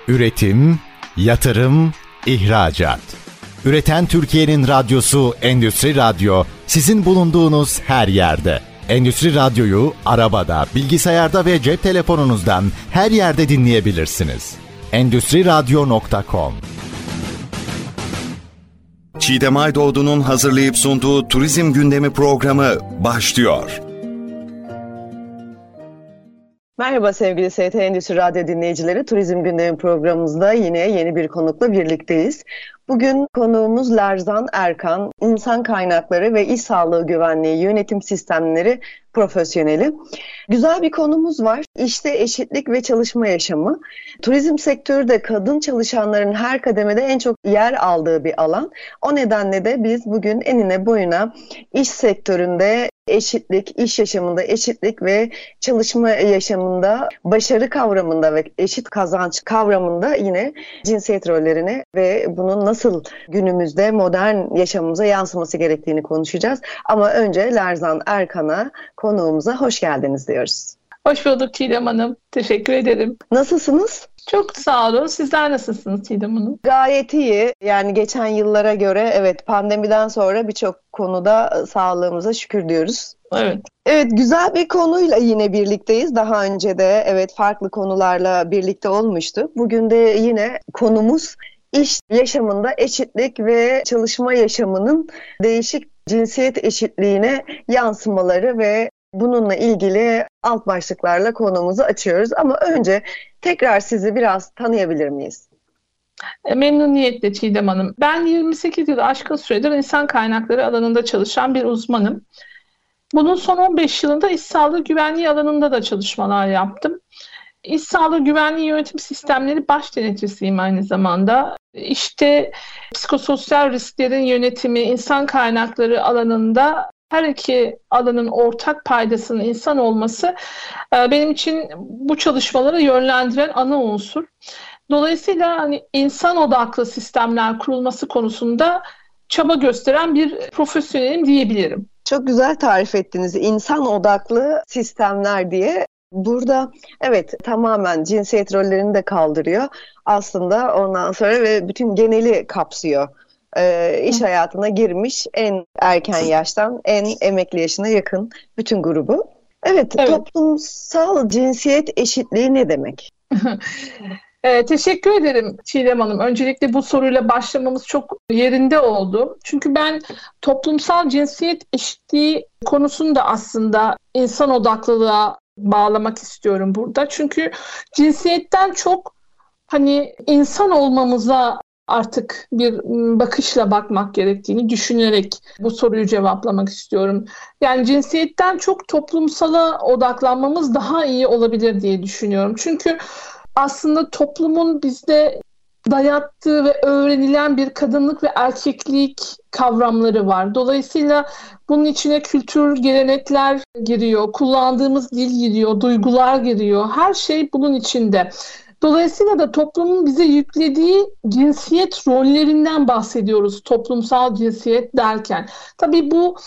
Üretim, yatırım, ihracat. Üreten Türkiye'nin radyosu Endüstri Radyo, sizin bulunduğunuz her yerde. Endüstri Radyo'yu arabada, bilgisayarda ve cep telefonunuzdan her yerde dinleyebilirsiniz. Endüstriradyo.com. Çiğdem Aydoğdu'nun hazırlayıp sunduğu Turizm Gündemi programı başlıyor. Merhaba sevgili ST Endüstri Radyo dinleyicileri. Turizm Gündemi programımızda yine yeni bir konukla birlikteyiz. Bugün konuğumuz Lerzan Erkan, İnsan Kaynakları ve İş Sağlığı Güvenliği Yönetim Sistemleri profesyoneli. Güzel bir konumuz var. İşte eşitlik ve çalışma yaşamı. Turizm sektörü de kadın çalışanların her kademede en çok yer aldığı bir alan. O nedenle de biz bugün enine boyuna iş sektöründe eşitlik, iş yaşamında eşitlik ve çalışma yaşamında başarı kavramında ve eşit kazanç kavramında yine cinsiyet rollerini ve bunun nasıl günümüzde modern yaşamımıza yansıması gerektiğini konuşacağız. Ama önce Lerzan Erkan'a, konuğumuza hoş geldiniz diyoruz. Hoş bulduk Çiğdem Hanım. Teşekkür ederim. Nasılsınız? Çok sağ olun. Sizler nasılsınız Çiğdem Hanım? Gayet iyi. Yani geçen yıllara göre evet pandemiden sonra birçok konuda sağlığımıza şükür diyoruz. Evet. Evet, güzel bir konuyla yine birlikteyiz. Daha önce de evet farklı konularla birlikte olmuştuk. Bugün de yine konumuz iş yaşamında eşitlik ve çalışma yaşamının değişik cinsiyet eşitliğine yansımaları ve bununla ilgili alt başlıklarla konumuzu açıyoruz. Ama önce tekrar sizi biraz tanıyabilir miyiz? Memnuniyetle Çiğdem Hanım. Ben 28 yılı aşkın süredir insan kaynakları alanında çalışan bir uzmanım. Bunun son 15 yılında iş sağlığı güvenliği alanında da çalışmalar yaptım. İş sağlığı güvenliği yönetim sistemleri baş denetçisiyim aynı zamanda. İşte psikososyal risklerin yönetimi, insan kaynakları alanında her iki alanın ortak paydasının insan olması benim için bu çalışmaları yönlendiren ana unsur. Dolayısıyla hani insan odaklı sistemler kurulması konusunda çaba gösteren bir profesyonelim diyebilirim. Çok güzel tarif ettiniz. İnsan odaklı sistemler diye. Burada evet tamamen cinsiyet rollerini de kaldırıyor. Aslında ondan sonra ve bütün geneli kapsıyor. İş hayatına girmiş en erken yaştan en emekli yaşına yakın bütün grubu. Evet. Toplumsal cinsiyet eşitliği ne demek? Teşekkür ederim Çiğdem Hanım. Öncelikle bu soruyla başlamamız çok yerinde oldu. Çünkü ben toplumsal cinsiyet eşitliği konusunu da aslında insan odaklılığa bağlamak istiyorum burada. Çünkü cinsiyetten çok hani insan olmamıza artık bir bakışla bakmak gerektiğini düşünerek bu soruyu cevaplamak istiyorum. Yani cinsiyetten çok toplumsala odaklanmamız daha iyi olabilir diye düşünüyorum. Çünkü aslında toplumun bizde dayattığı ve öğrenilen bir kadınlık ve erkeklik kavramları var. Dolayısıyla bunun içine kültür, gelenekler giriyor, kullandığımız dil giriyor, duygular giriyor. Her şey bunun içinde. Dolayısıyla da toplumun bize yüklediği cinsiyet rollerinden bahsediyoruz toplumsal cinsiyet derken. Tabii bu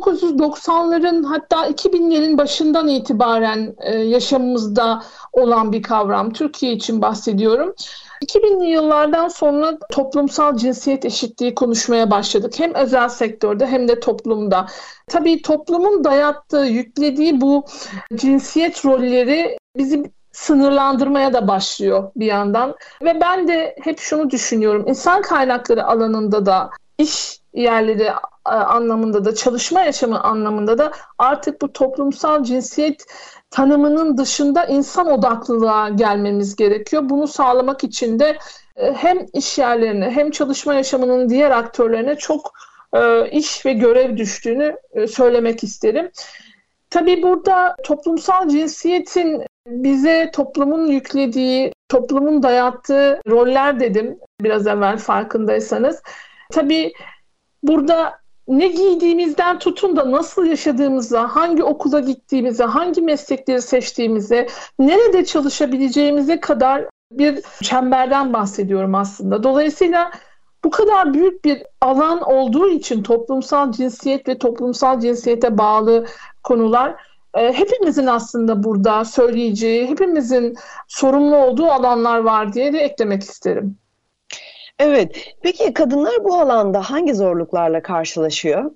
1990'ların hatta 2000'lerin başından itibaren yaşamımızda olan bir kavram. Türkiye için bahsediyorum. 2000'li yıllardan sonra toplumsal cinsiyet eşitliği konuşmaya başladık. Hem özel sektörde hem de toplumda. Tabii toplumun dayattığı, yüklediği bu cinsiyet rolleri bizi sınırlandırmaya da başlıyor bir yandan. Ve ben de hep şunu düşünüyorum. İnsan kaynakları alanında da, iş yerleri anlamında da, çalışma yaşamı anlamında da artık bu toplumsal cinsiyet tanımının dışında insan odaklılığa gelmemiz gerekiyor. Bunu sağlamak için de hem iş yerlerine hem çalışma yaşamının diğer aktörlerine çok iş ve görev düştüğünü söylemek isterim. Tabii burada toplumsal cinsiyetin bize toplumun yüklediği, toplumun dayattığı roller dedim biraz evvel farkındaysanız. Tabii burada ne giydiğimizden tutun da nasıl yaşadığımıza, hangi okula gittiğimize, hangi meslekleri seçtiğimize, nerede çalışabileceğimize kadar bir çemberden bahsediyorum aslında. Dolayısıyla bu kadar büyük bir alan olduğu için toplumsal cinsiyet ve toplumsal cinsiyete bağlı konular hepimizin aslında burada söyleyeceği, hepimizin sorumlu olduğu alanlar var diye de eklemek isterim. Evet. Peki kadınlar bu alanda hangi zorluklarla karşılaşıyor?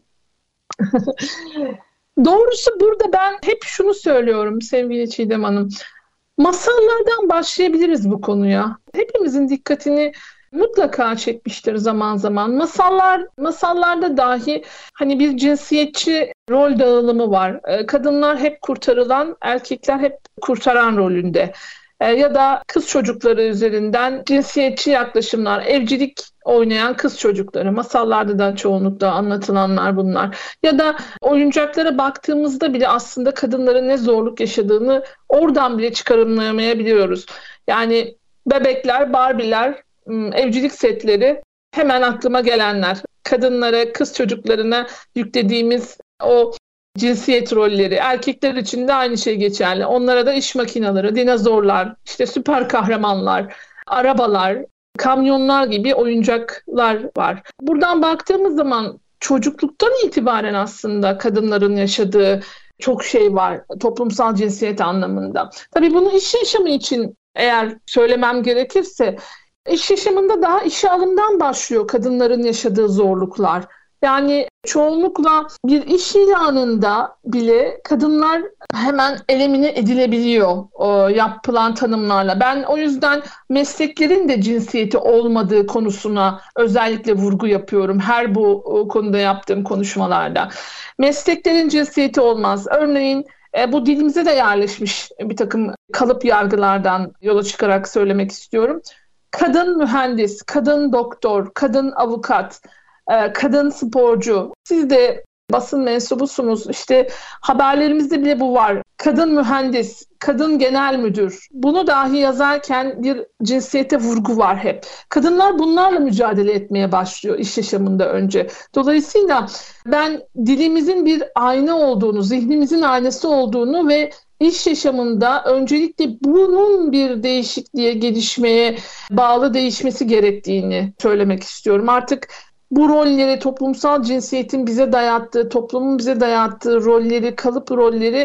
Doğrusu burada ben hep şunu söylüyorum sevgili Çiğdem Hanım. Masallardan başlayabiliriz bu konuya. Hepimizin dikkatini mutlaka çekmiştir zaman zaman. Masallarda dahi hani bir cinsiyetçi rol dağılımı var. Kadınlar hep kurtarılan, erkekler hep kurtaran rolünde. Ya da kız çocukları üzerinden cinsiyetçi yaklaşımlar, evcilik oynayan kız çocukları, masallarda da çoğunlukla anlatılanlar bunlar. Ya da oyuncaklara baktığımızda bile aslında kadınların ne zorluk yaşadığını oradan bile çıkarımlayamayabiliyoruz. Yani bebekler, Barbie'ler, evcilik setleri hemen aklıma gelenler. Kadınlara, kız çocuklarına yüklediğimiz o cinsiyet rolleri, erkekler için de aynı şey geçerli. Onlara da iş makineleri, dinozorlar, işte süper kahramanlar, arabalar, kamyonlar gibi oyuncaklar var. Buradan baktığımız zaman çocukluktan itibaren aslında kadınların yaşadığı çok şey var toplumsal cinsiyet anlamında. Tabii bunu iş yaşamı için eğer söylemem gerekirse, iş yaşamında daha işe alımdan başlıyor kadınların yaşadığı zorluklar. Yani çoğunlukla bir iş ilanında bile kadınlar hemen elimine edilebiliyor yapılan tanımlarla. Ben o yüzden mesleklerin de cinsiyeti olmadığı konusuna özellikle vurgu yapıyorum her bu konuda yaptığım konuşmalarda. Mesleklerin cinsiyeti olmaz. Örneğin bu dilimize de yerleşmiş bir takım kalıp yargılardan yola çıkarak söylemek istiyorum. Kadın mühendis, kadın doktor, kadın avukat, kadın sporcu. Siz de basın mensubusunuz. İşte haberlerimizde bile bu var. Kadın mühendis, kadın genel müdür. Bunu dahi yazarken bir cinsiyete vurgu var hep. Kadınlar bunlarla mücadele etmeye başlıyor iş yaşamında önce. Dolayısıyla ben dilimizin bir ayna olduğunu, zihnimizin aynası olduğunu ve İş yaşamında öncelikle bunun bir değişikliğe, gelişmeye bağlı değişmesi gerektiğini söylemek istiyorum. Artık bu rolleri, toplumsal cinsiyetin bize dayattığı, toplumun bize dayattığı rolleri, kalıp rolleri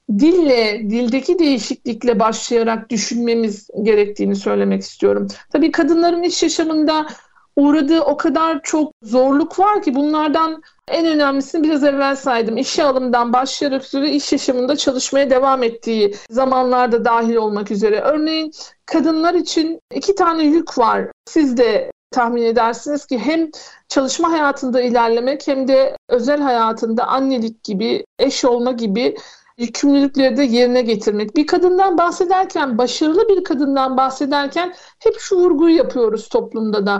dildeki değişiklikle başlayarak düşünmemiz gerektiğini söylemek istiyorum. Tabii kadınların iş yaşamında uğradığı o kadar çok zorluk var ki bunlardan en önemlisini biraz evvel saydım. İşe alımdan başlayarak süre iş yaşamında çalışmaya devam ettiği zamanlarda dahil olmak üzere. Örneğin kadınlar için 2 tane yük var. Siz de tahmin edersiniz ki hem çalışma hayatında ilerlemek hem de özel hayatında annelik gibi, eş olma gibi yükümlülükleri de yerine getirmek. Bir kadından bahsederken, başarılı bir kadından bahsederken hep şu vurguyu yapıyoruz toplumda da.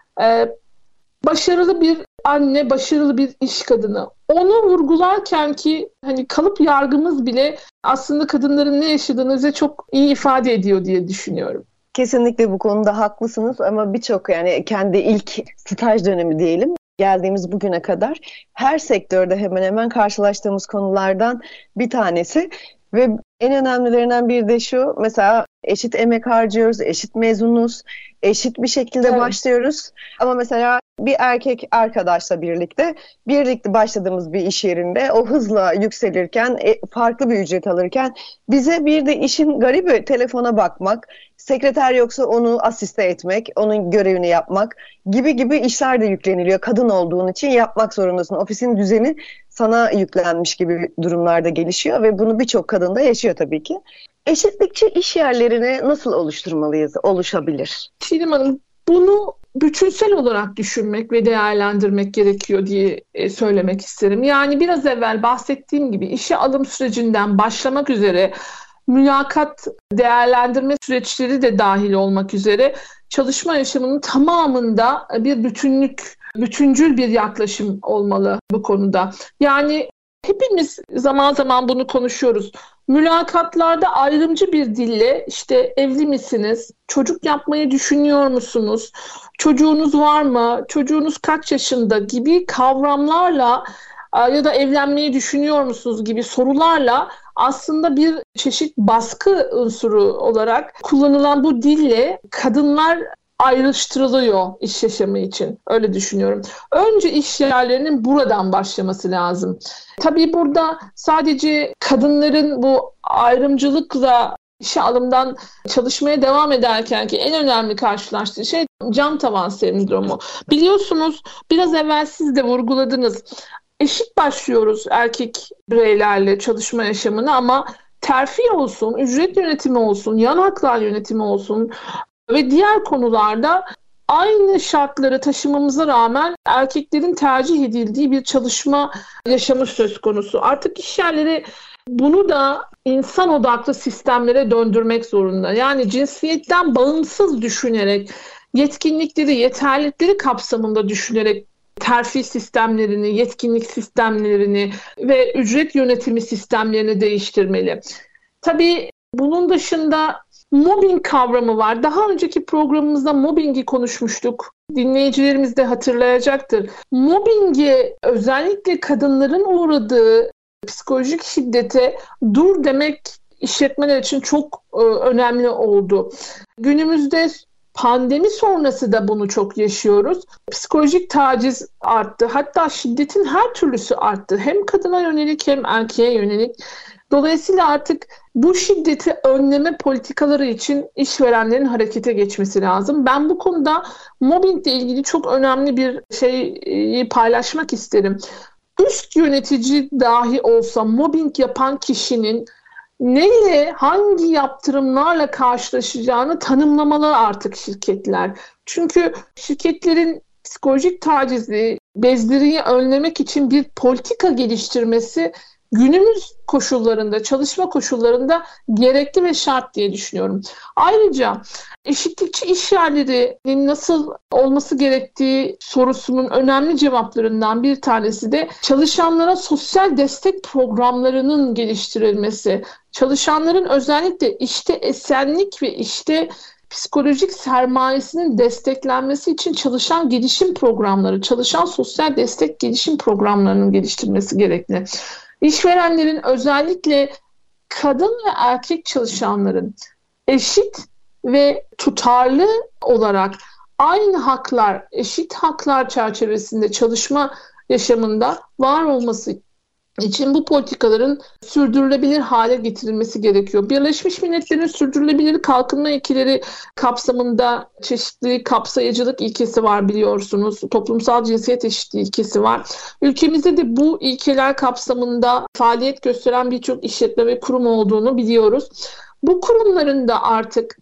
Başarılı bir anne, başarılı bir iş kadını. Onu vurgularken ki hani kalıp yargımız bile aslında kadınların ne yaşadığını bize çok iyi ifade ediyor diye düşünüyorum. Kesinlikle bu konuda haklısınız ama birçok yani kendi ilk staj dönemi diyelim geldiğimiz bugüne kadar her sektörde hemen hemen karşılaştığımız konulardan bir tanesi ve en önemlilerinden biri de şu, mesela eşit emek harcıyoruz, eşit mezunuz, eşit bir şekilde başlıyoruz ama mesela bir erkek arkadaşla birlikte başladığımız bir iş yerinde o hızla yükselirken, farklı bir ücret alırken bize bir de işin garibi telefona bakmak, sekreter yoksa onu asiste etmek, onun görevini yapmak gibi işler de yükleniliyor. Kadın olduğun için yapmak zorundasın. Ofisin düzeni sana yüklenmiş gibi durumlarda gelişiyor ve bunu birçok kadın da yaşıyor tabii ki. Eşitlikçi iş yerlerini nasıl oluşabilir? Çiğdem Hanım, bunu bütünsel olarak düşünmek ve değerlendirmek gerekiyor diye söylemek isterim. Yani biraz evvel bahsettiğim gibi işe alım sürecinden başlamak üzere mülakat değerlendirme süreçleri de dahil olmak üzere çalışma yaşamının tamamında bir bütüncül bir yaklaşım olmalı bu konuda. Yani hepimiz zaman zaman bunu konuşuyoruz. Mülakatlarda ayrımcı bir dille işte evli misiniz, çocuk yapmayı düşünüyor musunuz, çocuğunuz var mı, çocuğunuz kaç yaşında gibi kavramlarla ya da evlenmeyi düşünüyor musunuz gibi sorularla aslında bir çeşit baskı unsuru olarak kullanılan bu dille kadınlar ayrıştırılıyor iş yaşamı için. Öyle düşünüyorum. Önce iş yerlerinin buradan başlaması lazım. Tabii burada sadece kadınların bu ayrımcılıkla işe alımdan çalışmaya devam ederken ki en önemli karşılaştığı şey cam tavan sendromu. Biliyorsunuz, biraz evvel siz de vurguladınız. Eşit başlıyoruz erkek bireylerle çalışma yaşamına ama terfi olsun, ücret yönetimi olsun, yan haklar yönetimi olsun ve diğer konularda aynı şartları taşımamıza rağmen erkeklerin tercih edildiği bir çalışma yaşamı söz konusu. Artık iş yerleri bunu da insan odaklı sistemlere döndürmek zorunda. Yani cinsiyetten bağımsız düşünerek, yetkinlikleri, yeterlilikleri kapsamında düşünerek terfi sistemlerini, yetkinlik sistemlerini ve ücret yönetimi sistemlerini değiştirmeli. Tabii bunun dışında mobbing kavramı var. Daha önceki programımızda mobbingi konuşmuştuk. Dinleyicilerimiz de hatırlayacaktır. Mobbinge, özellikle kadınların uğradığı psikolojik şiddete dur demek işletmeler için çok önemli oldu. Günümüzde pandemi sonrası da bunu çok yaşıyoruz. Psikolojik taciz arttı. Hatta şiddetin her türlüsü arttı. Hem kadına yönelik hem erkeğe yönelik. Dolayısıyla artık bu şiddeti önleme politikaları için işverenlerin harekete geçmesi lazım. Ben bu konuda mobbingle ilgili çok önemli bir şeyi paylaşmak isterim. Üst yönetici dahi olsa mobbing yapan kişinin neyle, hangi yaptırımlarla karşılaşacağını tanımlamalı artık şirketler. Çünkü şirketlerin psikolojik tacizi, bezdiriyi önlemek için bir politika geliştirmesi günümüz koşullarında, çalışma koşullarında gerekli ve şart diye düşünüyorum. Ayrıca eşitlikçi iş yerlerinin nasıl olması gerektiği sorusunun önemli cevaplarından bir tanesi de çalışanlara sosyal destek programlarının geliştirilmesi. Çalışanların özellikle işte esenlik ve işte psikolojik sermayesinin desteklenmesi için çalışan gelişim programları, çalışan sosyal destek gelişim programlarının geliştirilmesi gerekli. İşverenlerin özellikle kadın ve erkek çalışanların eşit ve tutarlı olarak aynı haklar, eşit haklar çerçevesinde çalışma yaşamında var olması için bu politikaların sürdürülebilir hale getirilmesi gerekiyor. Birleşmiş Milletler'in sürdürülebilir kalkınma ilkeleri kapsamında çeşitli kapsayıcılık ilkesi var biliyorsunuz. Toplumsal cinsiyet eşitliği ilkesi var. Ülkemizde de bu ilkeler kapsamında faaliyet gösteren birçok işletme ve kurum olduğunu biliyoruz. Bu kurumların da artık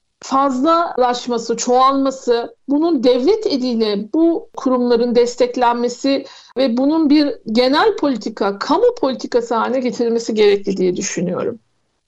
fazlalaşması, çoğalması, bunun devlet eliyle bu kurumların desteklenmesi ve bunun bir genel politika, kamu politikası haline getirilmesi gerekli diye düşünüyorum.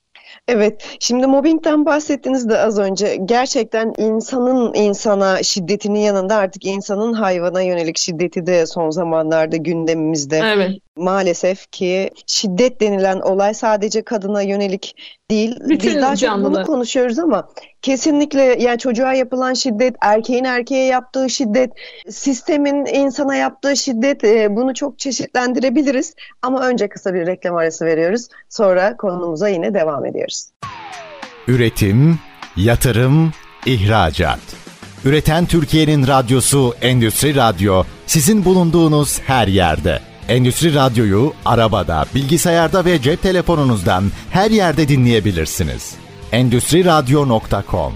Evet, şimdi mobbingden bahsettiniz de az önce. Gerçekten insanın insana şiddetinin yanında artık insanın hayvana yönelik şiddeti de son zamanlarda gündemimizde. Evet. Maalesef ki şiddet denilen olay sadece kadına yönelik değil. Bütün biz daha çok canlılar. bunu konuşuyoruz ama kesinlikle yani çocuğa yapılan şiddet, erkeğin erkeğe yaptığı şiddet, sistemin insana yaptığı şiddet, bunu çok çeşitlendirebiliriz. Ama önce kısa bir reklam arası veriyoruz. Sonra konumuza yine devam ediyoruz. Üretim, yatırım, ihracat. Üreten Türkiye'nin radyosu Endüstri Radyo, sizin bulunduğunuz her yerde. Endüstri Radyo'yu arabada, bilgisayarda ve cep telefonunuzdan her yerde dinleyebilirsiniz. Endüstriradyo.com.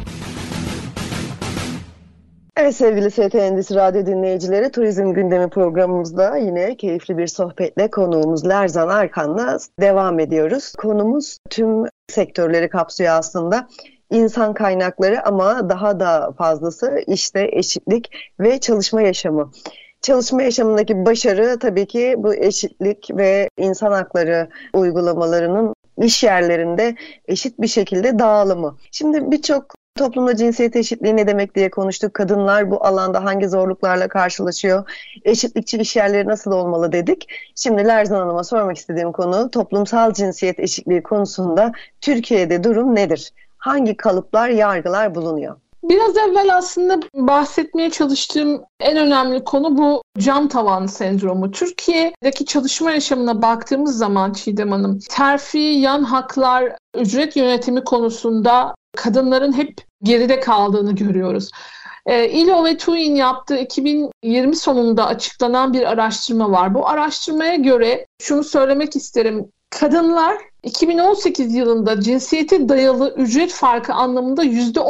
Evet sevgili ST Endüstri Radyo dinleyicileri, Turizm Gündemi programımızda yine keyifli bir sohbetle konuğumuz Lerzan Erkan'la devam ediyoruz. Konumuz tüm sektörleri kapsıyor aslında. İnsan kaynakları ama daha da fazlası işte eşitlik ve çalışma yaşamı. Çalışma yaşamındaki başarı tabii ki bu eşitlik ve insan hakları uygulamalarının iş yerlerinde eşit bir şekilde dağılımı. Şimdi birçok toplumda cinsiyet eşitliği ne demek diye konuştuk. Kadınlar bu alanda hangi zorluklarla karşılaşıyor? Eşitlikçi iş yerleri nasıl olmalı dedik. Şimdi Lerzan Hanım'a sormak istediğim konu toplumsal cinsiyet eşitliği konusunda Türkiye'de durum nedir? Hangi kalıplar, yargılar bulunuyor? Biraz evvel aslında bahsetmeye çalıştığım en önemli konu bu cam tavan sendromu. Türkiye'deki çalışma yaşamına baktığımız zaman Çiğdem Hanım, terfi, yan haklar, ücret yönetimi konusunda kadınların hep geride kaldığını görüyoruz. ILO ve TÜİ'nin yaptığı 2020 sonunda açıklanan bir araştırma var. Bu araştırmaya göre şunu söylemek isterim. Kadınlar 2018 yılında cinsiyete dayalı ücret farkı anlamında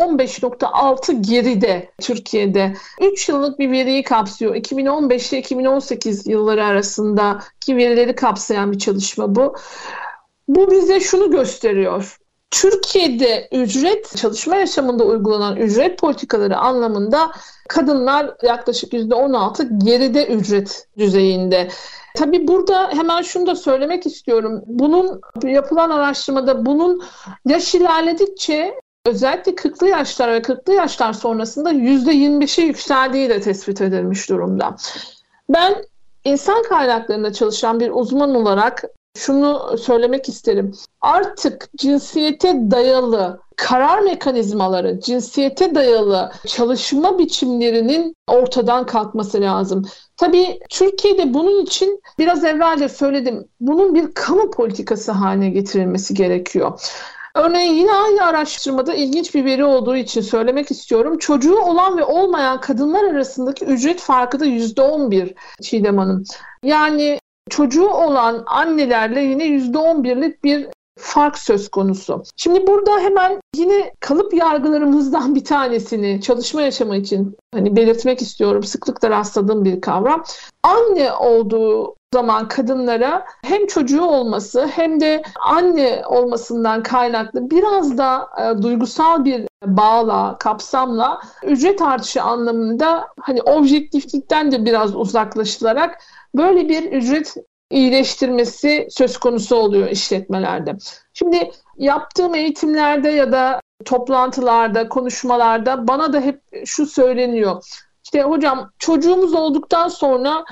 %15.6 geride Türkiye'de. 3 yıllık bir veriyi kapsıyor. 2015 ile 2018 yılları arasındaki verileri kapsayan bir çalışma bu. Bu bize şunu gösteriyor. Türkiye'de çalışma yaşamında uygulanan ücret politikaları anlamında kadınlar yaklaşık %16 geride ücret düzeyinde. Tabii burada hemen şunu da söylemek istiyorum. Bunun yapılan araştırmada bunun yaş ilerledikçe özellikle 40'lı yaşlar ve 40'lı yaşlar sonrasında %25'e yükseldiği de tespit edilmiş durumda. Ben insan kaynaklarında çalışan bir uzman olarak şunu söylemek isterim. Artık cinsiyete dayalı karar mekanizmaları, cinsiyete dayalı çalışma biçimlerinin ortadan kalkması lazım. Tabii Türkiye'de bunun için biraz evvel de söyledim, bunun bir kamu politikası haline getirilmesi gerekiyor. Örneğin yine aynı araştırmada ilginç bir veri olduğu için söylemek istiyorum. Çocuğu olan ve olmayan kadınlar arasındaki ücret farkı da %11 Çiğdem Hanım. Yani çocuğu olan annelerle yine %11'lik bir fark söz konusu. Şimdi burada hemen yine kalıp yargılarımızdan bir tanesini çalışma yaşamı için belirtmek istiyorum. Sıklıkla rastladığım bir kavram. Anne olduğu zaman kadınlara hem çocuğu olması hem de anne olmasından kaynaklı biraz da duygusal bir bağla, kapsamla ücret artışı anlamında objektiflikten de biraz uzaklaşılarak böyle bir ücret iyileştirmesi söz konusu oluyor işletmelerde. Şimdi yaptığım eğitimlerde ya da toplantılarda, konuşmalarda bana da hep şu söyleniyor. İşte hocam çocuğumuz olduktan sonra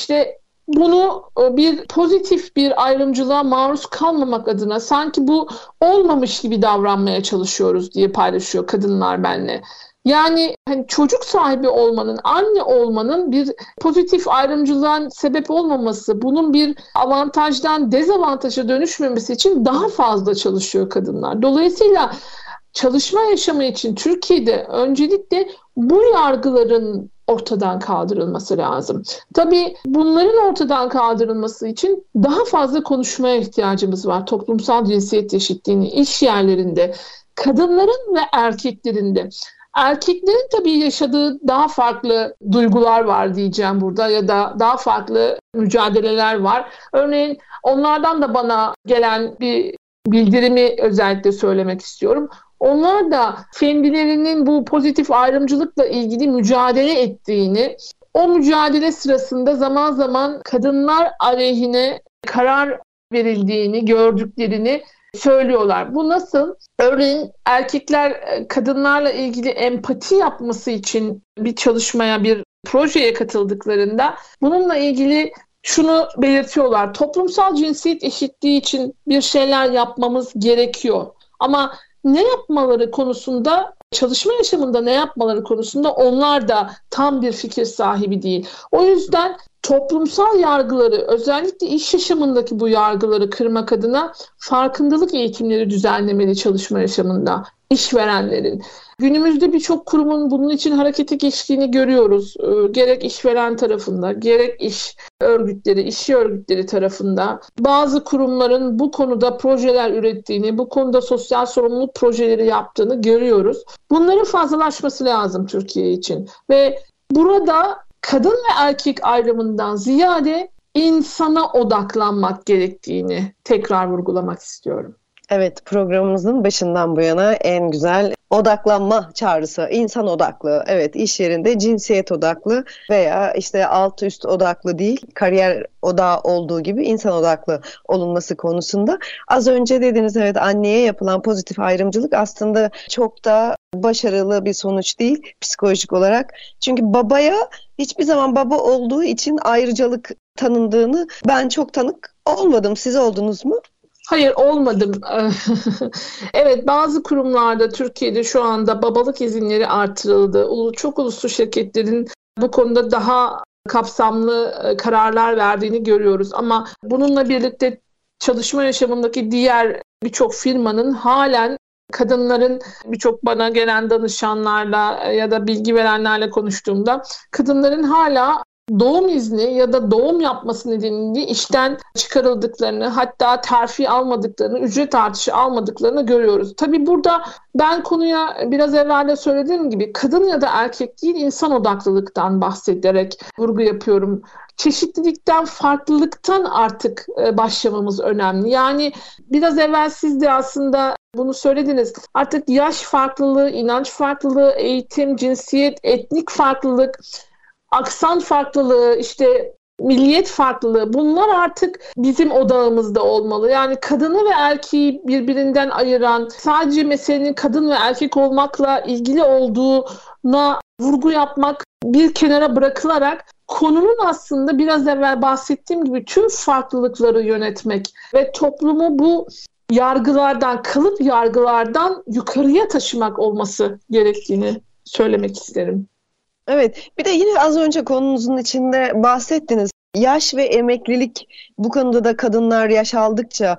bunu bir pozitif bir ayrımcılığa maruz kalmamak adına sanki bu olmamış gibi davranmaya çalışıyoruz diye paylaşıyor kadınlar benimle. Yani çocuk sahibi olmanın, anne olmanın bir pozitif ayrımcılığa sebep olmaması, bunun bir avantajdan dezavantaja dönüşmemesi için daha fazla çalışıyor kadınlar. Dolayısıyla çalışma yaşamı için Türkiye'de öncelikle bu yargıların ortadan kaldırılması lazım. Tabii bunların ortadan kaldırılması için daha fazla konuşmaya ihtiyacımız var. Toplumsal cinsiyet eşitliğini iş yerlerinde, kadınların ve erkeklerin de. Erkeklerin tabii yaşadığı daha farklı duygular var diyeceğim burada ya da daha farklı mücadeleler var. Örneğin onlardan da bana gelen bir bildirimi özellikle söylemek istiyorum. Onlar da kendilerinin bu pozitif ayrımcılıkla ilgili mücadele ettiğini, o mücadele sırasında zaman zaman kadınlar aleyhine karar verildiğini gördüklerini söylüyorlar. Bu nasıl? Örneğin erkekler kadınlarla ilgili empati yapması için bir çalışmaya, bir projeye katıldıklarında bununla ilgili şunu belirtiyorlar. Toplumsal cinsiyet eşitliği için bir şeyler yapmamız gerekiyor. Ama ne yapmaları konusunda, çalışma yaşamında ne yapmaları konusunda onlar da tam bir fikir sahibi değil. O yüzden toplumsal yargıları, özellikle iş yaşamındaki bu yargıları kırmak adına farkındalık eğitimleri düzenlemeli çalışma yaşamında işverenlerin. Günümüzde birçok kurumun bunun için harekete geçtiğini görüyoruz. Gerek işveren tarafında, gerek iş örgütleri, işçi örgütleri tarafında bazı kurumların bu konuda projeler ürettiğini, bu konuda sosyal sorumluluk projeleri yaptığını görüyoruz. Bunların fazlalaşması lazım Türkiye için ve burada kadın ve erkek ayrımından ziyade insana odaklanmak gerektiğini tekrar vurgulamak istiyorum. Evet, programımızın başından bu yana en güzel odaklanma çağrısı, insan odaklı, evet iş yerinde cinsiyet odaklı veya alt üst odaklı değil, kariyer odağı olduğu gibi insan odaklı olunması konusunda. Az önce dediniz, evet, anneye yapılan pozitif ayrımcılık aslında çok da başarılı bir sonuç değil psikolojik olarak. Çünkü babaya hiçbir zaman baba olduğu için ayrıcalık tanındığını ben çok tanık olmadım. Siz oldunuz mu? Hayır, olmadım. Evet, bazı kurumlarda Türkiye'de şu anda babalık izinleri artırıldı. Çok uluslu şirketlerin bu konuda daha kapsamlı kararlar verdiğini görüyoruz. Ama bununla birlikte çalışma yaşamındaki diğer birçok firmanın halen kadınların birçok bana gelen danışanlarla ya da bilgi verenlerle konuştuğumda kadınların hala doğum izni ya da doğum yapması nedeniyle işten çıkarıldıklarını, hatta terfi almadıklarını, ücret artışı almadıklarını görüyoruz. Tabii burada ben konuya biraz evvel de söylediğim gibi kadın ya da erkek değil, insan odaklılıktan bahsederek vurgu yapıyorum. Çeşitlilikten, farklılıktan artık başlamamız önemli. Yani biraz evvel siz de aslında bunu söylediniz. Artık yaş farklılığı, inanç farklılığı, eğitim, cinsiyet, etnik farklılık, aksan farklılığı, işte milliyet farklılığı, bunlar artık bizim odağımızda olmalı. Yani kadını ve erkeği birbirinden ayıran, sadece meselenin kadın ve erkek olmakla ilgili olduğuna vurgu yapmak bir kenara bırakılarak konunun aslında biraz evvel bahsettiğim gibi tüm farklılıkları yönetmek ve toplumu bu yargılardan, kalıp yargılardan yukarıya taşımak olması gerektiğini söylemek isterim. Evet, bir de yine az önce konunuzun içinde bahsettiniz. Yaş ve emeklilik, bu konuda da kadınlar yaş aldıkça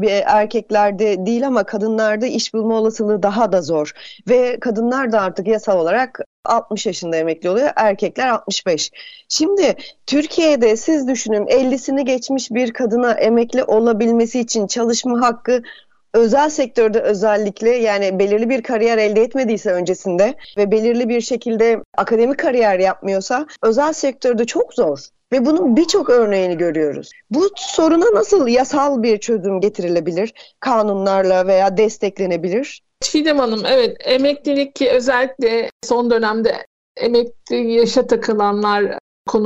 erkeklerde değil ama kadınlarda iş bulma olasılığı daha da zor. Ve kadınlar da artık yasal olarak 60 yaşında emekli oluyor, erkekler 65. Şimdi Türkiye'de siz düşünün, 50'sini geçmiş bir kadına emekli olabilmesi için çalışma hakkı, özel sektörde özellikle, yani belirli bir kariyer elde etmediyse öncesinde ve belirli bir şekilde akademik kariyer yapmıyorsa özel sektörde çok zor. Ve bunun birçok örneğini görüyoruz. Bu soruna nasıl yasal bir çözüm getirilebilir? Kanunlarla veya desteklenebilir? Çiğdem Hanım, evet, emeklilik, özellikle son dönemde emekli yaşa takılanlar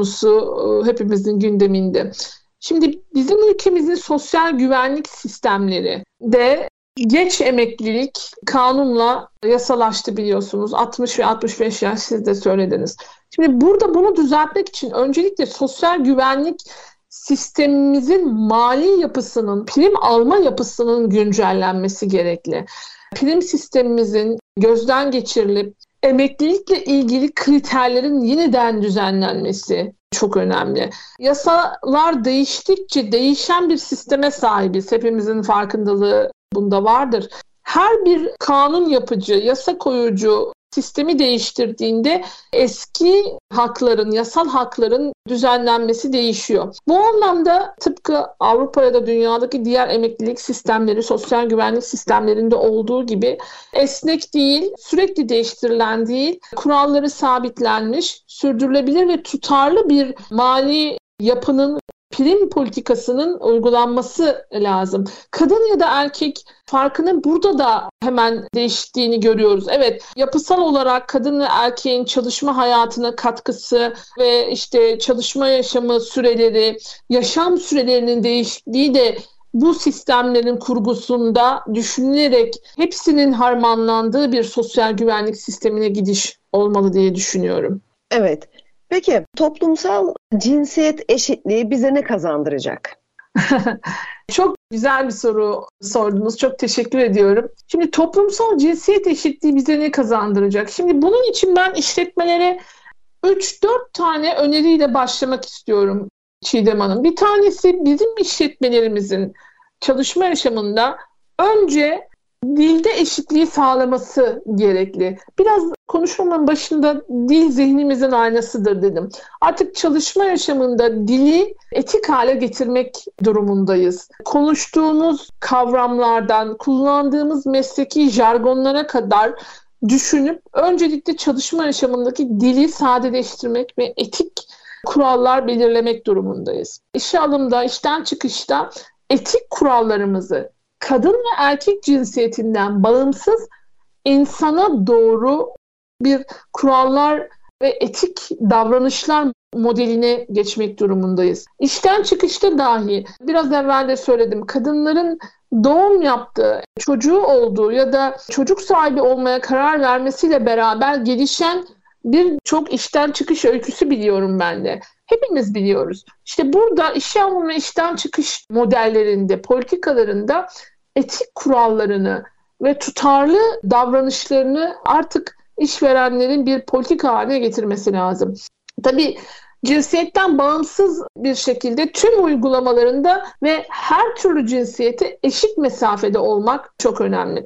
konusu hepimizin gündeminde. Şimdi bizim ülkemizin sosyal güvenlik sistemleri de geç emeklilik kanunla yasalaştı, biliyorsunuz. 60 ve 65 yaş, siz de söylediniz. Şimdi burada bunu düzeltmek için öncelikle sosyal güvenlik sistemimizin mali yapısının, prim alma yapısının güncellenmesi gerekli. Prim sistemimizin gözden geçirilip emeklilikle ilgili kriterlerin yeniden düzenlenmesi çok önemli. Yasalar değiştikçe değişen bir sisteme sahibiz. Hepimizin farkındalığı bunda vardır. Her bir kanun yapıcı, yasa koyucu sistemi değiştirdiğinde eski hakların, yasal hakların düzenlenmesi değişiyor. Bu anlamda tıpkı Avrupa ya da dünyadaki diğer emeklilik sistemleri, sosyal güvenlik sistemlerinde olduğu gibi esnek değil, sürekli değiştirilen değil, kuralları sabitlenmiş, sürdürülebilir ve tutarlı bir mali yapının, prim politikasının uygulanması lazım. Kadın ya da erkek farkının burada da hemen değiştiğini görüyoruz. Evet, yapısal olarak kadın ve erkeğin çalışma hayatına katkısı ve işte çalışma yaşamı süreleri, yaşam sürelerinin değişikliği de bu sistemlerin kurgusunda düşünülerek hepsinin harmanlandığı bir sosyal güvenlik sistemine gidiş olmalı diye düşünüyorum. Evet. Peki toplumsal cinsiyet eşitliği bize ne kazandıracak? Çok güzel bir soru sordunuz. Çok teşekkür ediyorum. Şimdi toplumsal cinsiyet eşitliği bize ne kazandıracak? Şimdi bunun için ben işletmelere 3-4 tane öneriyle başlamak istiyorum Çiğdem Hanım. Bir tanesi, bizim işletmelerimizin çalışma yaşamında önce dilde eşitliği sağlaması gerekli. Biraz konuşmamın başında dil zihnimizin aynasıdır dedim. Artık çalışma yaşamında dili etik hale getirmek durumundayız. Konuştuğumuz kavramlardan, kullandığımız mesleki jargonlara kadar düşünüp öncelikle çalışma yaşamındaki dili sadeleştirmek ve etik kurallar belirlemek durumundayız. İşe alımda, işten çıkışta etik kurallarımızı kadın ve erkek cinsiyetinden bağımsız insana doğru bir kurallar ve etik davranışlar modeline geçmek durumundayız. İşten çıkışta dahi biraz evvel de söyledim, kadınların doğum yaptığı, çocuğu olduğu ya da çocuk sahibi olmaya karar vermesiyle beraber gelişen birçok işten çıkış öyküsü biliyorum ben de. Hepimiz biliyoruz. İşte burada işe alım ve işten çıkış modellerinde, politikalarında etik kurallarını ve tutarlı davranışlarını artık işverenlerin bir politika haline getirmesi lazım. Tabii cinsiyetten bağımsız bir şekilde tüm uygulamalarında ve her türlü cinsiyete eşit mesafede olmak çok önemli.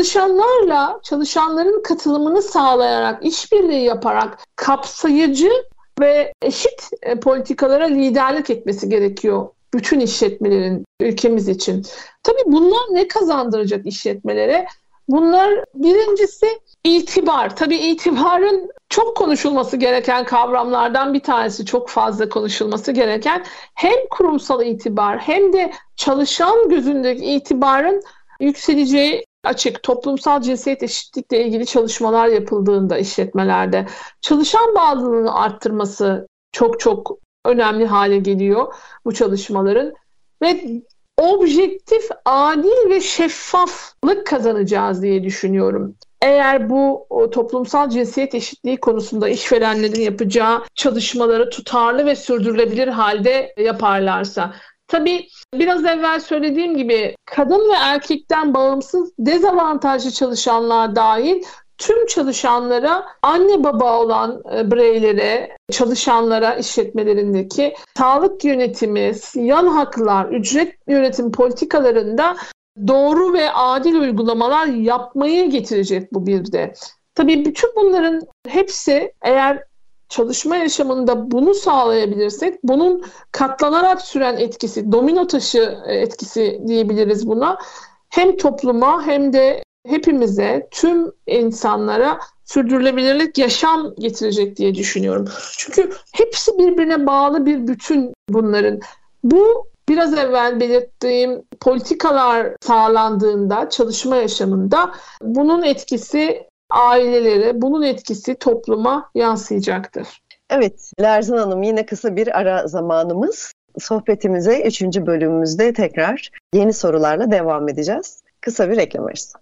Çalışanların katılımını sağlayarak, işbirliği yaparak kapsayıcı ve eşit politikalara liderlik etmesi gerekiyor bütün işletmelerin ülkemiz için. Tabii bunlar ne kazandıracak işletmelere? Bunlar birincisi itibar. Tabii itibarın çok konuşulması gereken kavramlardan bir tanesi, çok fazla konuşulması gereken hem kurumsal itibar hem de çalışan gözündeki itibarın yükseleceği açık. Toplumsal cinsiyet eşitlikle ilgili çalışmalar yapıldığında işletmelerde çalışan bağlılığını arttırması çok önemli hale geliyor bu çalışmaların ve objektif, adil ve şeffaflık kazanacağız diye düşünüyorum. Eğer bu toplumsal cinsiyet eşitliği konusunda işverenlerin yapacağı çalışmaları tutarlı ve sürdürülebilir halde yaparlarsa. Tabii biraz evvel söylediğim gibi kadın ve erkekten bağımsız dezavantajlı çalışanlar dahil tüm çalışanlara, anne baba olan bireylere, çalışanlara işletmelerindeki sağlık yönetimi, yan haklar, ücret yönetim politikalarında doğru ve adil uygulamalar yapmayı getirecek bu bir de. Tabii bütün bunların hepsi eğer çalışma yaşamında bunu sağlayabilirsek, bunun katlanarak süren etkisi, domino taşı etkisi diyebiliriz buna. Hem topluma hem de hepimize, tüm insanlara sürdürülebilirlik, yaşam getirecek diye düşünüyorum. Çünkü hepsi birbirine bağlı bir bütün bunların. Bu biraz evvel belirttiğim politikalar sağlandığında, çalışma yaşamında bunun etkisi ailelere, bunun etkisi topluma yansıyacaktır. Evet, Lerzan Hanım, yine kısa bir ara zamanımız. Sohbetimize 3. bölümümüzde tekrar yeni sorularla devam edeceğiz. Kısa bir reklam arası.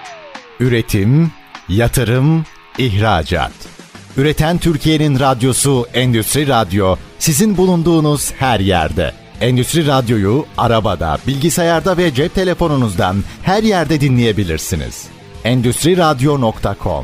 Üretim, yatırım, ihracat. Üreten Türkiye'nin radyosu Endüstri Radyo, sizin bulunduğunuz her yerde. Endüstri Radyo'yu arabada, bilgisayarda ve cep telefonunuzdan her yerde dinleyebilirsiniz. Endüstriradyo.com.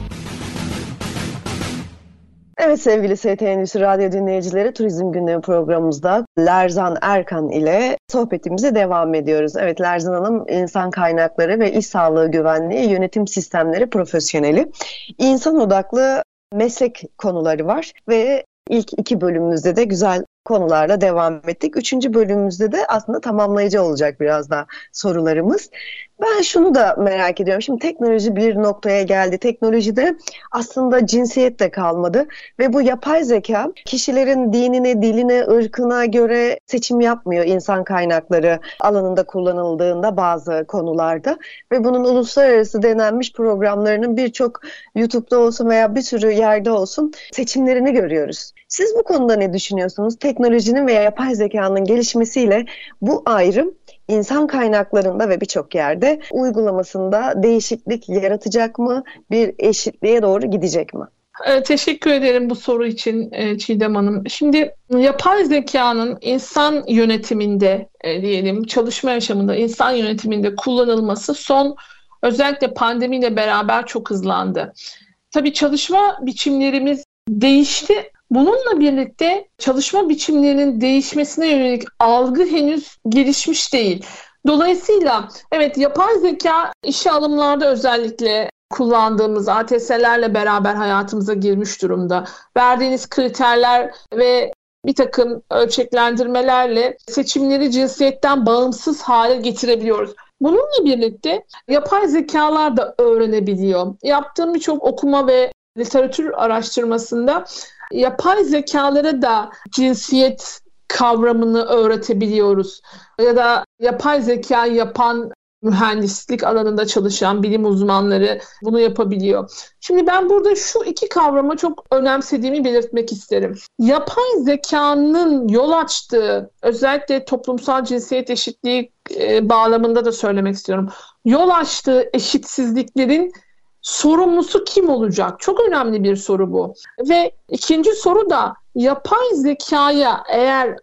Evet sevgili ST Endüstri Radyo dinleyicileri, Turizm Gündemi programımızda Lerzan Erkan ile sohbetimize devam ediyoruz. Evet, Lerzan Hanım insan kaynakları ve iş sağlığı güvenliği yönetim sistemleri profesyoneli. İnsan odaklı meslek konuları var ve ilk 2 bölümümüzde de güzel konularla devam ettik. 3. bölümümüzde de aslında tamamlayıcı olacak biraz daha sorularımız. Ben şunu da merak ediyorum. Şimdi teknoloji bir noktaya geldi. Teknolojide aslında cinsiyet de kalmadı. Ve bu yapay zeka kişilerin dinine, diline, ırkına göre seçim yapmıyor insan kaynakları alanında kullanıldığında bazı konularda. Ve bunun uluslararası denenmiş programlarının birçok YouTube'da olsun veya bir sürü yerde olsun seçimlerini görüyoruz. Siz bu konuda ne düşünüyorsunuz? Teknolojinin ve yapay zekanın gelişmesiyle bu ayrım İnsan kaynaklarında ve birçok yerde uygulamasında değişiklik yaratacak mı? Bir eşitliğe doğru gidecek mi? Teşekkür ederim bu soru için Çiğdem Hanım. Şimdi yapay zekanın insan yönetiminde diyelim, çalışma yaşamında insan yönetiminde kullanılması özellikle pandemiyle beraber çok hızlandı. Tabii çalışma biçimlerimiz değişti. Bununla birlikte çalışma biçimlerinin değişmesine yönelik algı henüz gelişmiş değil. Dolayısıyla evet, yapay zeka işe alımlarda özellikle kullandığımız ATS'lerle beraber hayatımıza girmiş durumda. Verdiğiniz kriterler ve bir takım ölçeklendirmelerle seçimleri cinsiyetten bağımsız hale getirebiliyoruz. Bununla birlikte yapay zekalar da öğrenebiliyor. Yaptığım birçok okuma ve literatür araştırmasında yapay zekalara da cinsiyet kavramını öğretebiliyoruz. Ya da yapay zeka yapan mühendislik alanında çalışan bilim uzmanları bunu yapabiliyor. Şimdi ben burada şu 2 kavrama çok önemsediğimi belirtmek isterim. Yapay zekanın yol açtığı, özellikle toplumsal cinsiyet eşitliği bağlamında da söylemek istiyorum. Yol açtığı eşitsizliklerin sorumlusu kim olacak? Çok önemli bir soru bu. Ve ikinci soru da yapay zekaya eğer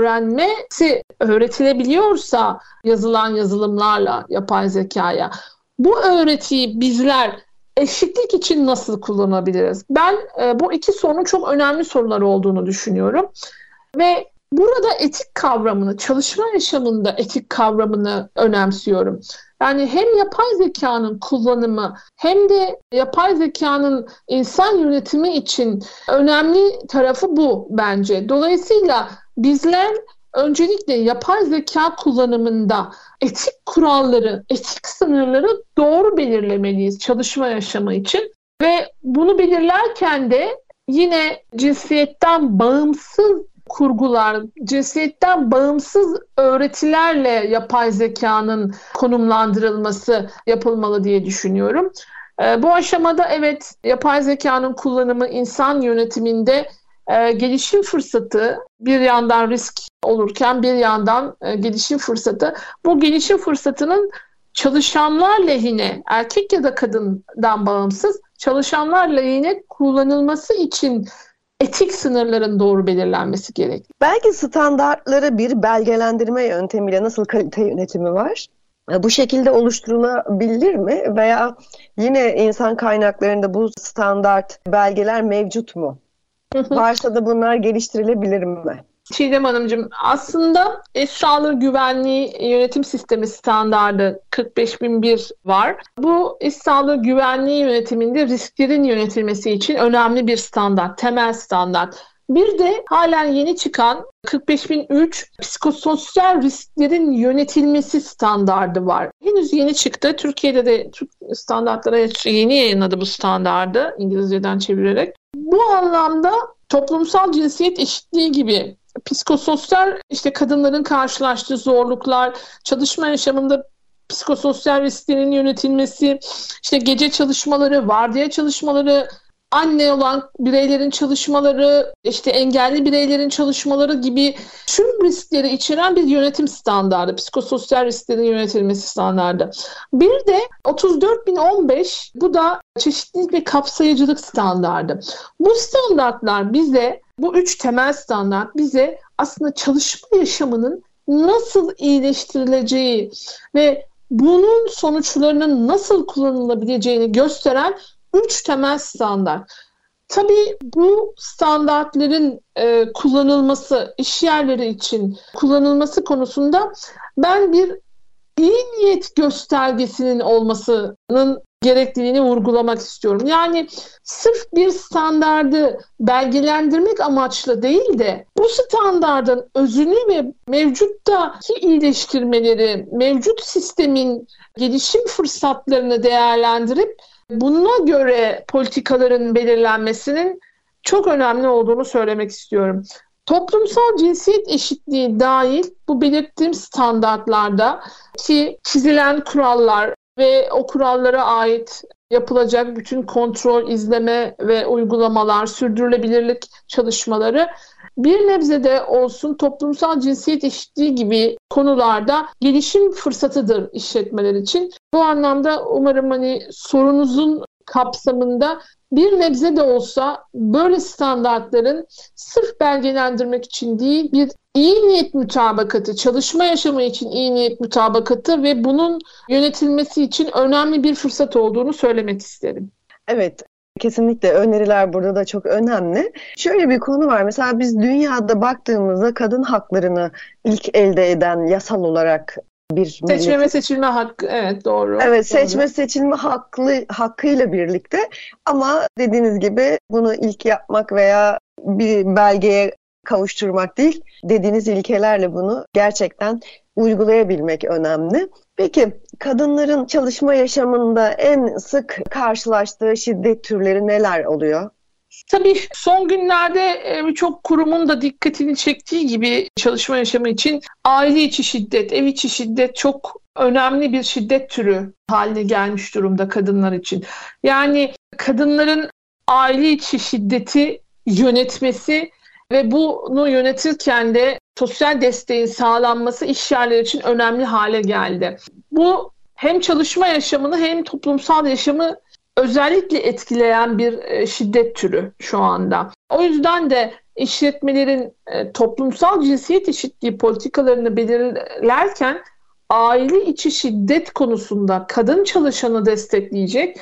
öğretilebiliyorsa yazılan yazılımlarla yapay zekaya, bu öğretiyi bizler eşitlik için nasıl kullanabiliriz? Ben bu iki sorunun çok önemli sorular olduğunu düşünüyorum. Ve burada etik kavramını, çalışma yaşamında etik kavramını önemsiyorum. Yani hem yapay zekanın kullanımı hem de yapay zekanın insan yönetimi için önemli tarafı bu bence. Dolayısıyla bizler öncelikle yapay zeka kullanımında etik kuralları, etik sınırları doğru belirlemeliyiz çalışma yaşamı için. Ve bunu belirlerken de yine cinsiyetten bağımsız kurgular, cinsiyetten bağımsız öğretilerle yapay zekanın konumlandırılması yapılmalı diye düşünüyorum. Bu aşamada evet, yapay zekanın kullanımı insan yönetiminde gelişim fırsatı, bir yandan risk olurken bir yandan gelişim fırsatı. Bu gelişim fırsatının çalışanlar lehine, erkek ya da kadından bağımsız çalışanlar lehine kullanılması için etik sınırların doğru belirlenmesi gerek. Belki standartları bir belgelendirme yöntemiyle nasıl kalite yönetimi var? Bu şekilde oluşturulabilir mi? Veya yine insan kaynaklarında bu standart belgeler mevcut mu? Varsa da bunlar geliştirilebilir mi? Çiğdem Hanımcığım, aslında iş sağlığı güvenliği yönetim sistemi standardı 45001 var. Bu iş sağlığı güvenliği yönetiminde risklerin yönetilmesi için önemli bir standart, temel standart. Bir de halen yeni çıkan 45003 psikososyal risklerin yönetilmesi standardı var. Henüz yeni çıktı. Türkiye'de de Türk standartlara yeni yayınladı bu standardı, İngilizceden çevirerek. Bu anlamda toplumsal cinsiyet eşitliği gibi psikososyal, kadınların karşılaştığı zorluklar, çalışma yaşamında psikososyal risklerin yönetilmesi, gece çalışmaları, vardiya çalışmaları, anne olan bireylerin çalışmaları, engelli bireylerin çalışmaları gibi tüm riskleri içeren bir yönetim standardı, psikososyal risklerin yönetilmesi standardı. Bir de 34015, bu da çeşitlilik ve kapsayıcılık standardı. Bu standartlar bize, bu üç temel standart bize aslında çalışma yaşamının nasıl iyileştirileceği ve bunun sonuçlarının nasıl kullanılabileceğini gösteren 3 temel standart. Tabii bu standartların kullanılması, iş yerleri için kullanılması konusunda ben bir iyi niyet göstergesinin olmasının gerekliliğini vurgulamak istiyorum. Yani sırf bir standardı belgelendirmek amaçlı değil de bu standardın özünü ve mevcuttaki iyileştirmeleri, mevcut sistemin gelişim fırsatlarını değerlendirip buna göre politikaların belirlenmesinin çok önemli olduğunu söylemek istiyorum. Toplumsal cinsiyet eşitliği dahil bu belirttiğim standartlarda ki çizilen kurallar ve o kurallara ait yapılacak bütün kontrol, izleme ve uygulamalar, sürdürülebilirlik çalışmaları bir nebze de olsun toplumsal cinsiyet eşitliği gibi konularda gelişim fırsatıdır işletmeler için. Bu anlamda umarım sorunuzun kapsamında bir nebze de olsa böyle standartların sırf belgelendirmek için değil, bir iyi niyet mütabakatı, çalışma yaşamı için iyi niyet mütabakatı ve bunun yönetilmesi için önemli bir fırsat olduğunu söylemek isterim. Evet. Kesinlikle öneriler burada da çok önemli. Şöyle bir konu var. Mesela biz dünyada baktığımızda kadın haklarını ilk elde eden yasal olarak bir seçme ve seçilme hakkı, evet doğru. Evet, seçme seçilme hakkıyla birlikte, ama dediğiniz gibi bunu ilk yapmak veya bir belgeye kavuşturmak değil, dediğiniz ilkelerle bunu gerçekten uygulayabilmek önemli. Peki kadınların çalışma yaşamında en sık karşılaştığı şiddet türleri neler oluyor? Tabii son günlerde birçok kurumun da dikkatini çektiği gibi çalışma yaşamı için aile içi şiddet, ev içi şiddet çok önemli bir şiddet türü haline gelmiş durumda kadınlar için. Yani kadınların aile içi şiddeti yönetmesi ve bunu yönetirken de sosyal desteğin sağlanması iş yerleri için önemli hale geldi. Bu hem çalışma yaşamını hem toplumsal yaşamı özellikle etkileyen bir şiddet türü şu anda. O yüzden de işletmelerin toplumsal cinsiyet eşitliği politikalarını belirlerken aile içi şiddet konusunda kadın çalışanı destekleyecek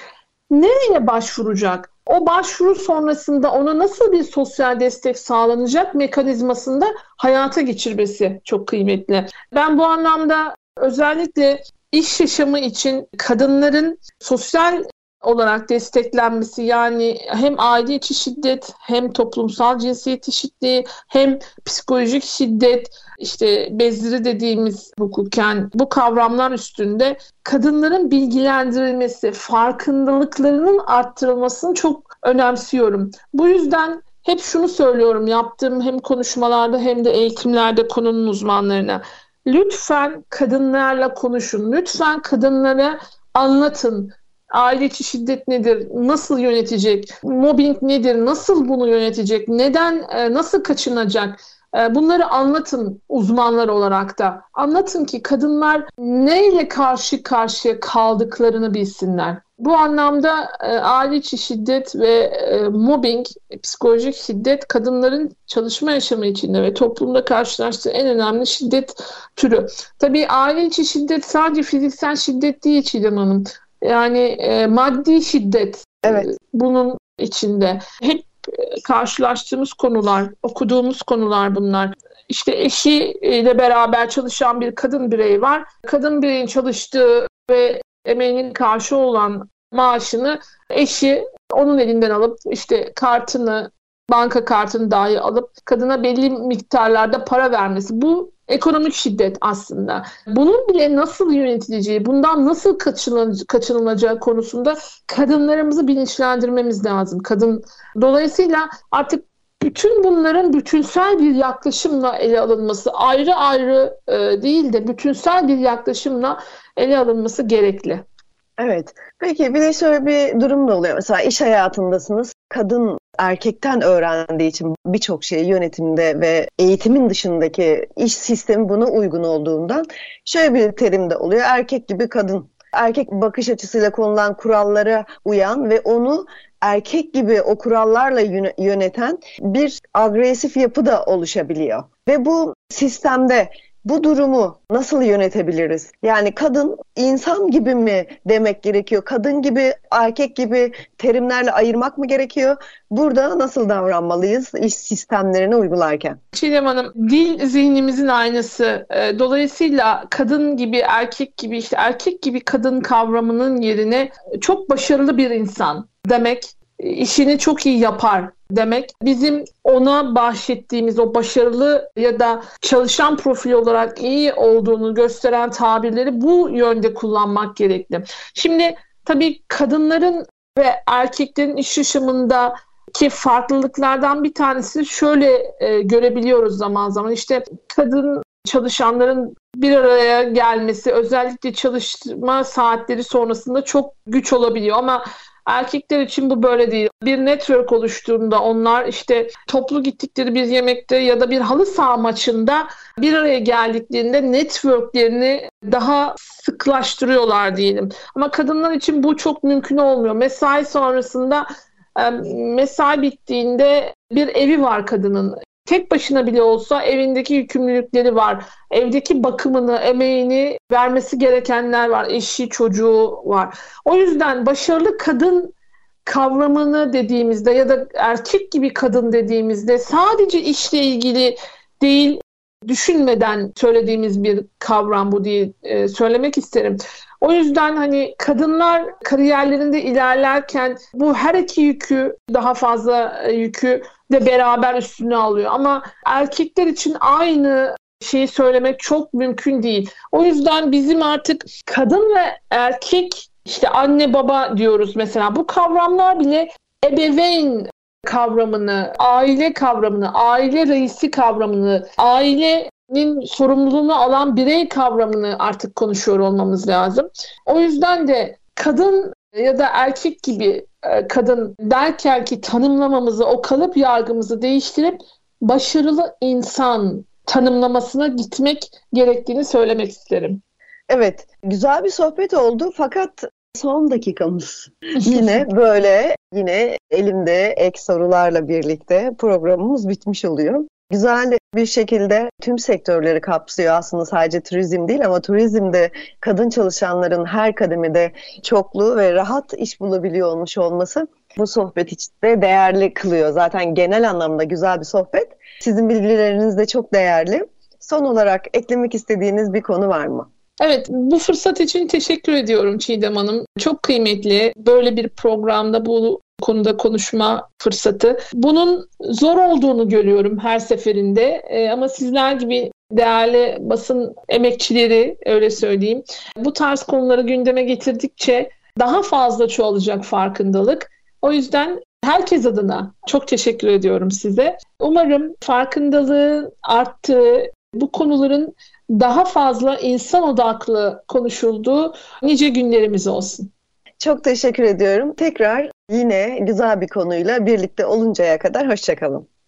nereye başvuracak? O başvuru sonrasında ona nasıl bir sosyal destek sağlanacak mekanizmasında hayata geçirmesi çok kıymetli. Ben bu anlamda özellikle iş yaşamı için kadınların sosyal olarak desteklenmesi, yani hem aile içi şiddet, hem toplumsal cinsiyet eşitliği, hem psikolojik şiddet, işte bezdiri dediğimiz hukuken bu kavramlar üstünde kadınların bilgilendirilmesi, farkındalıklarının arttırılmasını çok önemsiyorum. Bu yüzden hep şunu söylüyorum yaptığım hem konuşmalarda hem de eğitimlerde konunun uzmanlarına. Lütfen kadınlarla konuşun, lütfen kadınlara anlatın. Aile içi şiddet nedir? Nasıl yönetecek? Mobbing nedir? Nasıl bunu yönetecek? Neden? Nasıl kaçınacak? Bunları anlatın uzmanlar olarak da. Anlatın ki kadınlar neyle karşı karşıya kaldıklarını bilsinler. Bu anlamda aile içi şiddet ve mobbing, psikolojik şiddet kadınların çalışma yaşamı içinde ve toplumda karşılaştığı en önemli şiddet türü. Tabii aile içi şiddet sadece fiziksel şiddet değil Çiğdem Hanım. Yani maddi şiddet bunun içinde. Hep karşılaştığımız konular, okuduğumuz konular bunlar. İşte eşiyle beraber çalışan bir kadın birey var. Kadın bireyin çalıştığı ve emeğinin karşı olan maaşını eşi onun elinden alıp işte kartını, banka kartını dahi alıp kadına belli miktarlarda para vermesi. Bu ekonomik şiddet aslında. Bunun bile nasıl yönetileceği, bundan nasıl kaçınılacağı konusunda kadınlarımızı bilinçlendirmemiz lazım. Dolayısıyla artık bütün bunların bütünsel bir yaklaşımla ele alınması, ayrı ayrı değil de bütünsel bir yaklaşımla ele alınması gerekli. Evet. Peki bir de şöyle bir durum da oluyor. Mesela iş hayatındasınız. Kadın erkekten öğrendiği için birçok şey yönetimde ve eğitimin dışındaki iş sistemi buna uygun olduğundan şöyle bir terim de oluyor. Erkek gibi kadın. Erkek bakış açısıyla konulan kurallara uyan ve onu erkek gibi o kurallarla yöneten bir agresif yapı da oluşabiliyor. Ve bu sistemde bu durumu nasıl yönetebiliriz? Yani kadın insan gibi mi demek gerekiyor? Kadın gibi, erkek gibi terimlerle ayırmak mı gerekiyor? Burada nasıl davranmalıyız iş sistemlerini uygularken? Çiğdem Hanım, dil zihnimizin aynası. Dolayısıyla kadın gibi, erkek gibi, işte erkek gibi kadın kavramının yerine çok başarılı bir insan demek, işini çok iyi yapar demek, bizim ona bahşettiğimiz o başarılı ya da çalışan profil olarak iyi olduğunu gösteren tabirleri bu yönde kullanmak gerekli. Şimdi tabii kadınların ve erkeklerin iş yaşamındaki farklılıklardan bir tanesi şöyle görebiliyoruz zaman zaman. İşte kadın çalışanların bir araya gelmesi özellikle çalışma saatleri sonrasında çok güç olabiliyor ama erkekler için bu böyle değil. Bir network oluştuğunda onlar işte toplu gittikleri bir yemekte ya da bir halı saha maçında bir araya geldiklerinde networklerini daha sıklaştırıyorlar diyelim. Ama kadınlar için bu çok mümkün olmuyor. Mesai sonrasında mesai bittiğinde bir evi var kadının. Tek başına bile olsa evindeki yükümlülükleri var. Evdeki bakımını, emeğini vermesi gerekenler var. Eşi, çocuğu var. O yüzden başarılı kadın kavramını dediğimizde ya da erkek gibi kadın dediğimizde sadece işle ilgili değil, düşünmeden söylediğimiz bir kavram bu diye söylemek isterim. O yüzden hani kadınlar kariyerlerinde ilerlerken bu her iki yükü, daha fazla yükü de beraber üstüne alıyor. Ama erkekler için aynı şeyi söylemek çok mümkün değil. O yüzden bizim artık kadın ve erkek, işte anne baba diyoruz mesela, bu kavramlar bile ebeveyn kavramını, aile kavramını, aile reisi kavramını, ailenin sorumluluğunu alan birey kavramını artık konuşuyor olmamız lazım. O yüzden de kadın ya da erkek gibi kadın derken ki tanımlamamızı, o kalıp yargımızı değiştirip başarılı insan tanımlamasına gitmek gerektiğini söylemek isterim. Evet, güzel bir sohbet oldu fakat son dakikamız. Yine elimde ek sorularla birlikte programımız bitmiş oluyor. güzel bir şekilde tüm sektörleri kapsıyor. Aslında sadece turizm değil ama turizmde kadın çalışanların her kademede çoklu ve rahat iş bulabiliyor olmuş olması bu sohbet içinde değerli kılıyor. Zaten genel anlamda güzel bir sohbet. Sizin bilgileriniz de çok değerli. Son olarak eklemek istediğiniz bir konu var mı? Evet, bu fırsat için teşekkür ediyorum Çiğdem Hanım. Çok kıymetli böyle bir programda bu konuda konuşma fırsatı. Bunun zor olduğunu görüyorum her seferinde ama sizler gibi değerli basın emekçileri, öyle söyleyeyim, bu tarz konuları gündeme getirdikçe daha fazla çoğalacak farkındalık. O yüzden herkes adına çok teşekkür ediyorum size. Umarım farkındalığın arttığı, bu konuların daha fazla insan odaklı konuşulduğu nice günlerimiz olsun. Çok teşekkür ediyorum. Tekrar yine güzel bir konuyla birlikte oluncaya kadar hoşça kalın.